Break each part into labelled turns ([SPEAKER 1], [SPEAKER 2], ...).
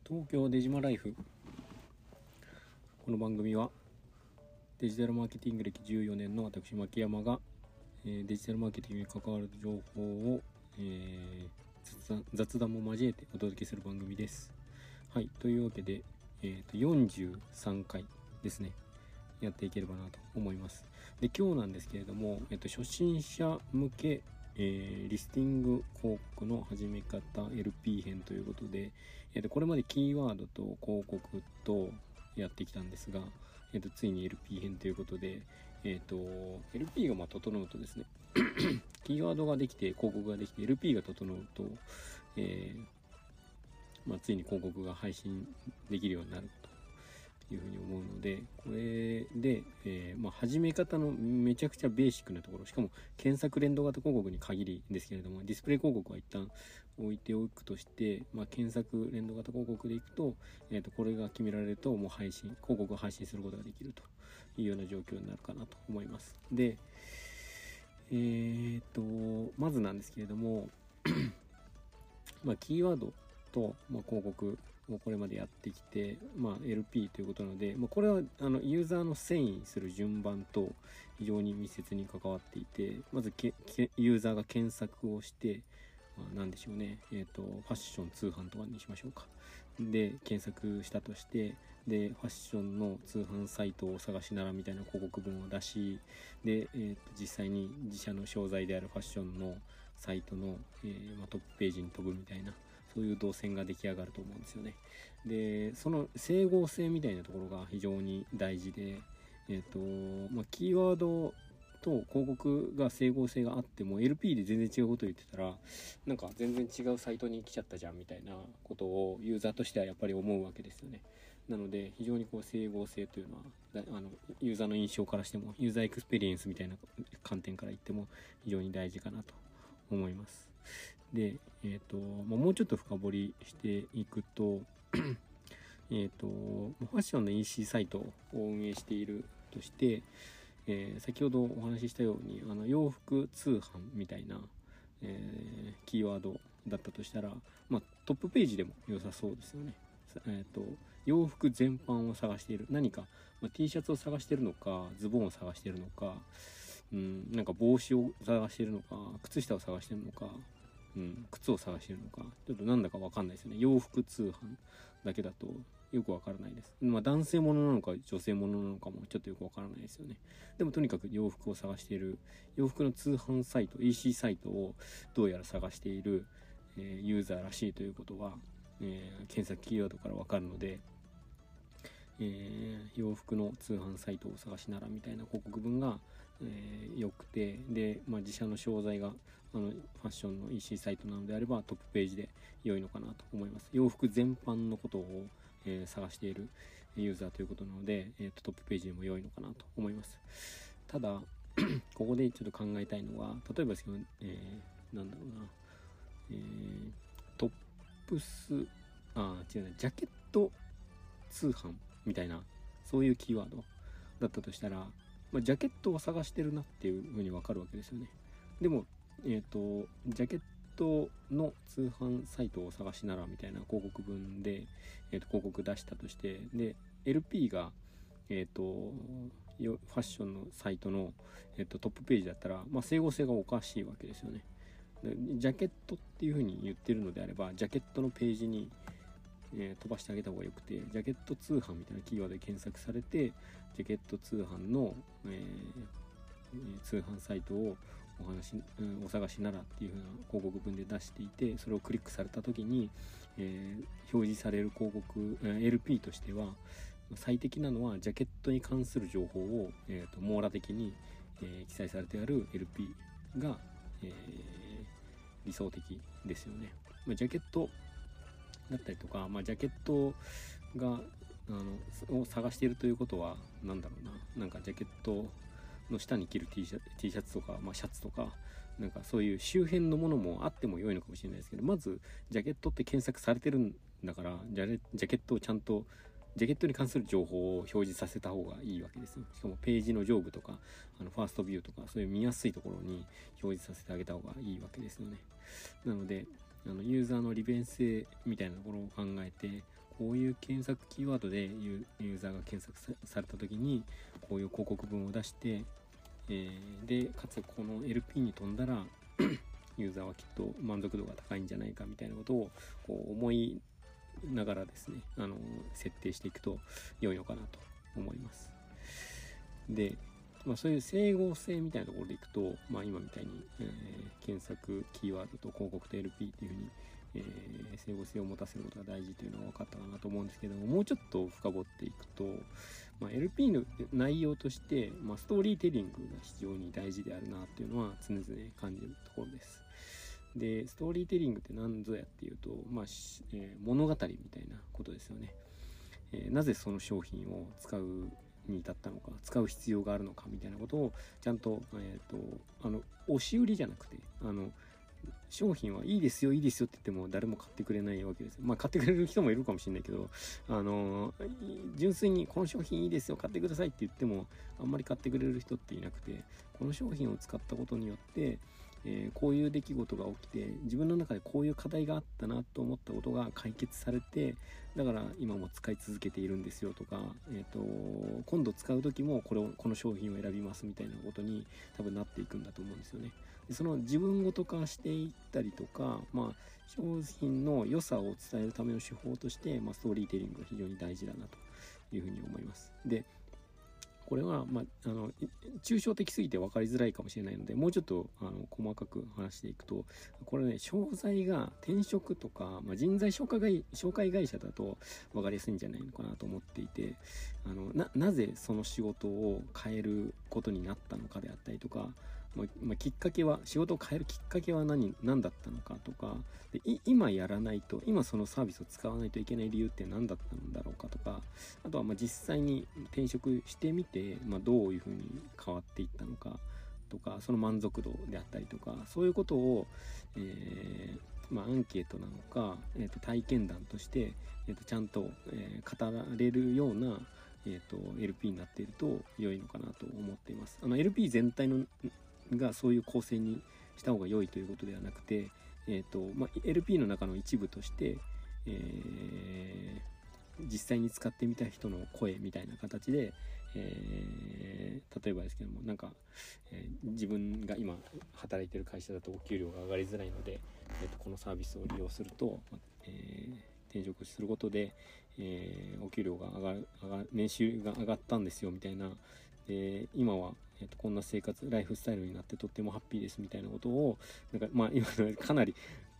[SPEAKER 1] 東京デジマライフ。この番組はデジタルマーケティング歴14年の私牧山が、デジタルマーケティングに関わる情報を、雑談も交えてお届けする番組です。はい、というわけで、43回ですね、やっていければなと思います。で、今日なんですけれども、初心者向けリスティング広告の始め方 LP 編ということで、これまでキーワードと広告とやってきたんですが、ついに LP 編ということで、LP が整うとですねキーワードができて広告ができて LP が整うと、ついに広告が配信できるようになるというふうに思うので、これで、始め方のめちゃくちゃベーシックなところ、しかも検索連動型広告に限りですけれども、ディスプレイ広告は一旦置いておくとして、検索連動型広告でいくと、これが決められるともう広告を配信することができるというような状況になるかなと思います。で、まずなんですけれどもキーワードと、広告をこれまでやってきて、LP ということなので、これはユーザーの遷移する順番と非常に密接に関わっていて、まずユーザーが検索をして、なんでしょうね、ファッション通販とかにしましょうか。で、検索したとして、で、ファッションの通販サイトを探しならみたいな広告文を出し、で、実際に自社の商材であるファッションのサイトの、トップページに飛ぶみたいな、そういう動線が出来上がると思うんですよね。で、その整合性みたいなところが非常に大事で、キーワードと広告が整合性があっても LP で全然違うことを言ってたら、なんか全然違うサイトに来ちゃったじゃんみたいなことをユーザーとしてはやっぱり思うわけですよね。なので非常に整合性というのはユーザーの印象からしても、ユーザーエクスペリエンスみたいな観点から言っても非常に大事かなと思います。で、もうちょっと深掘りしていくとファッションの EC サイトを運営しているとして、先ほどお話ししたように洋服通販みたいな、キーワードだったとしたら、トップページでも良さそうですよね。洋服全般を探している何か、T シャツを探しているのか、ズボンを探しているのか、なんか帽子を探しているのか、靴下を探しているのか、靴を探しているのか、ちょっとなんだかわかんないですよね。洋服通販だけだとよくわからないです。男性ものなのか女性ものなのかもちょっとよくわからないですよね。でもとにかく洋服を探している、洋服の通販サイト、EC サイトをどうやら探している、ユーザーらしいということは、検索キーワードからわかるので、洋服の通販サイトを探しならみたいな広告文が良くて、で、自社の商材がファッションの EC サイトなのであればトップページで良いのかなと思います。洋服全般のことを、探しているユーザーということなので、トップページでも良いのかなと思います。ただここでちょっと考えたいのは、例えばですけど、なんだろうな、トップス違うな、ジャケット通販みたいな、そういうキーワードだったとしたら、ジャケットを探してるなっていう風にわかるわけですよね。でも、ジャケットの通販サイトを探しならみたいな広告文で、広告出したとして、で LP がファッションのサイトの、トップページだったら、整合性がおかしいわけですよね。でジャケットっていう風に言ってるのであれば、ジャケットのページに飛ばしてあげた方がよくて、ジャケット通販みたいなキーワードで検索されて、ジャケット通販の、通販サイトをお探しならっていう風な広告文で出していて、それをクリックされた時に、表示される広告、LP としては最適なのはジャケットに関する情報を、網羅的に、記載されてある LP が、理想的ですよね。ジャケットだったりとか、ジャケットがを探しているということは、なんだろうな、なんかジャケットの下に着る T シャツとか、シャツとか、なんかそういう周辺のものもあっても良いのかもしれないですけど、まずジャケットって検索されてるんだから、ジャケットをちゃんと、ジャケットに関する情報を表示させた方がいいわけですよ。しかもページの上部とかファーストビューとか、そういう見やすいところに表示させてあげた方がいいわけですよね。なのでユーザーの利便性みたいなところを考えてこういう検索キーワードでユーザーが検索された時にこういう広告文を出して、でかつこの LP に飛んだらユーザーはきっと満足度が高いんじゃないかみたいなことをこう思いながらですね、設定していくと良いのかなと思います。で、そういう整合性みたいなところでいくと、今みたいに、検索キーワードと広告と LP っていうふうに、整合性を持たせることが大事というのは分かったかなと思うんですけども、もうちょっと深掘っていくと、LP の内容として、ストーリーテリングが非常に大事であるなっていうのは常々感じるところです。で、ストーリーテリングって何ぞやっていうと、物語みたいなことですよね。なぜその商品を使うに至ったのか、使う必要があるのかみたいなことをちゃんと、押し売りじゃなくて、商品はいいですよいいですよって言っても誰も買ってくれないわけですよ。買ってくれる人もいるかもしれないけど、純粋にこの商品いいですよ買ってくださいって言ってもあんまり買ってくれる人っていなくて、この商品を使ったことによってこういう出来事が起きて自分の中でこういう課題があったなと思ったことが解決されて、だから今も使い続けているんですよとか、今度使う時もこの商品を選びますみたいなことに多分なっていくんだと思うんですよね。でその自分ごと化していったりとか、商品の良さを伝えるための手法として、ストーリーテリングが非常に大事だなというふうに思います。でこれは、抽象的すぎて分かりづらいかもしれないので、もうちょっと細かく話していくと、これね、商材が転職とか、人材紹介会社だと分かりやすいんじゃないのかなと思っていて、なぜその仕事を変えることになったのかであったりとか、きっかけは、仕事を変えるきっかけは何だったのかとか、で今やらないと、今そのサービスを使わないといけない理由って何だったんだろうかとか、あとは実際に転職してみて、どういうふうに変わっていったのかとか、その満足度であったりとか、そういうことを、アンケートなのか、体験談として、ちゃんと、語られるようなLP になっていると良いのかなと思っています。LP 全体のがそういう構成にした方が良いということではなくて、LP の中の一部として、実際に使ってみた人の声みたいな形で、例えばですけども自分が今働いてる会社だとお給料が上がりづらいので、このサービスを利用すると、転職することで、お給料が年収が上がったんですよみたいな、今は、こんなライフスタイルになってとってもハッピーですみたいなことを今のかなり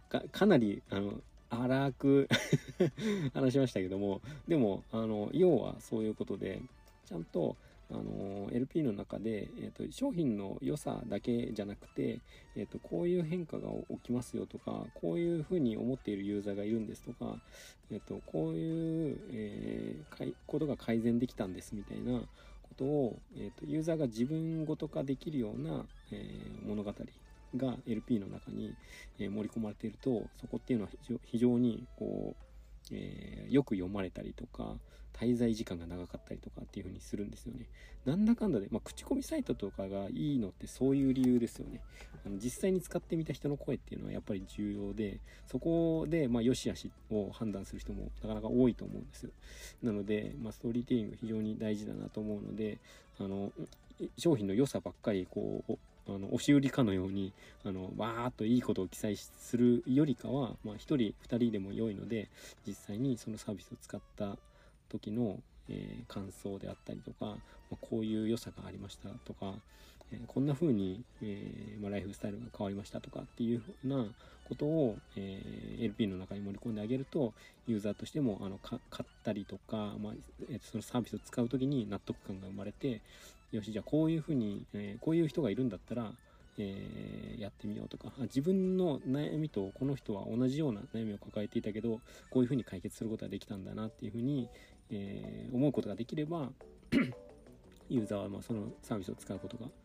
[SPEAKER 1] 荒く話しましたけども、でも要はそういうことで、ちゃんとLP の中で、商品の良さだけじゃなくて、こういう変化が起きますよとか、こういうふうに思っているユーザーがいるんですとか、こういう、ことが改善できたんですみたいなことを、ユーザーが自分ごと化できるような、物語が LP の中に、盛り込まれていると、そこっていうのは非常にこう、よく読まれたりとか、滞在時間が長かったりとかっていう風にするんですよね。なんだかんだで、口コミサイトとかがいいのってそういう理由ですよね。実際に使ってみた人の声っていうのはやっぱり重要で、そこで良し悪しを判断する人もなかなか多いと思うんです。なので、ストーリーテリング非常に大事だなと思うので、商品の良さばっかり押し売りかのようにわーっといいことを記載するよりかは、1人2人でも良いので、実際にそのサービスを使った時の、感想であったりとか、こういう良さがありましたとか、こんな風に、ライフスタイルが変わりましたとかっていう風なことを、LP の中に盛り込んであげると、ユーザーとしても買ったりとか、そのサービスを使う時に納得感が生まれて、よしじゃあこういう風に、こういう人がいるんだったら、やってみようとか、自分の悩みとこの人は同じような悩みを抱えていたけど、こういう風に解決することができたんだなっていう風に、思うことができればユーザーはそのサービスを使う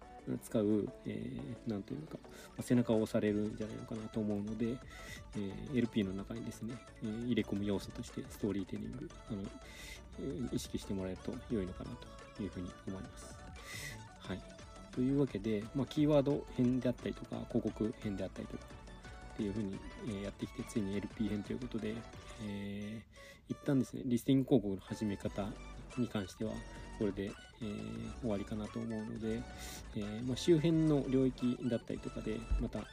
[SPEAKER 1] なんというか、背中を押されるんじゃないのかなと思うので、LP の中にですね、入れ込む要素としてストーリーテリング意識してもらえると良いのかなというふうに思います。はい。というわけで、キーワード編であったりとか広告編であったりとかっていうふうに、やってきて、ついに LP 編ということで、 一旦ですね、リスティング広告の始め方に関してはこれで、終わりかなと思うので、周辺の領域だったりとかでまた、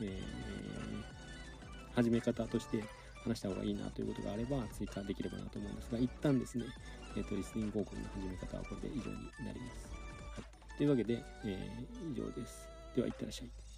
[SPEAKER 1] 始め方として話した方がいいなということがあれば追加できればなと思うんですが、一旦ですね、リスティング広告の始め方はこれで以上になります。はい、というわけで、以上です。では、いってらっしゃい。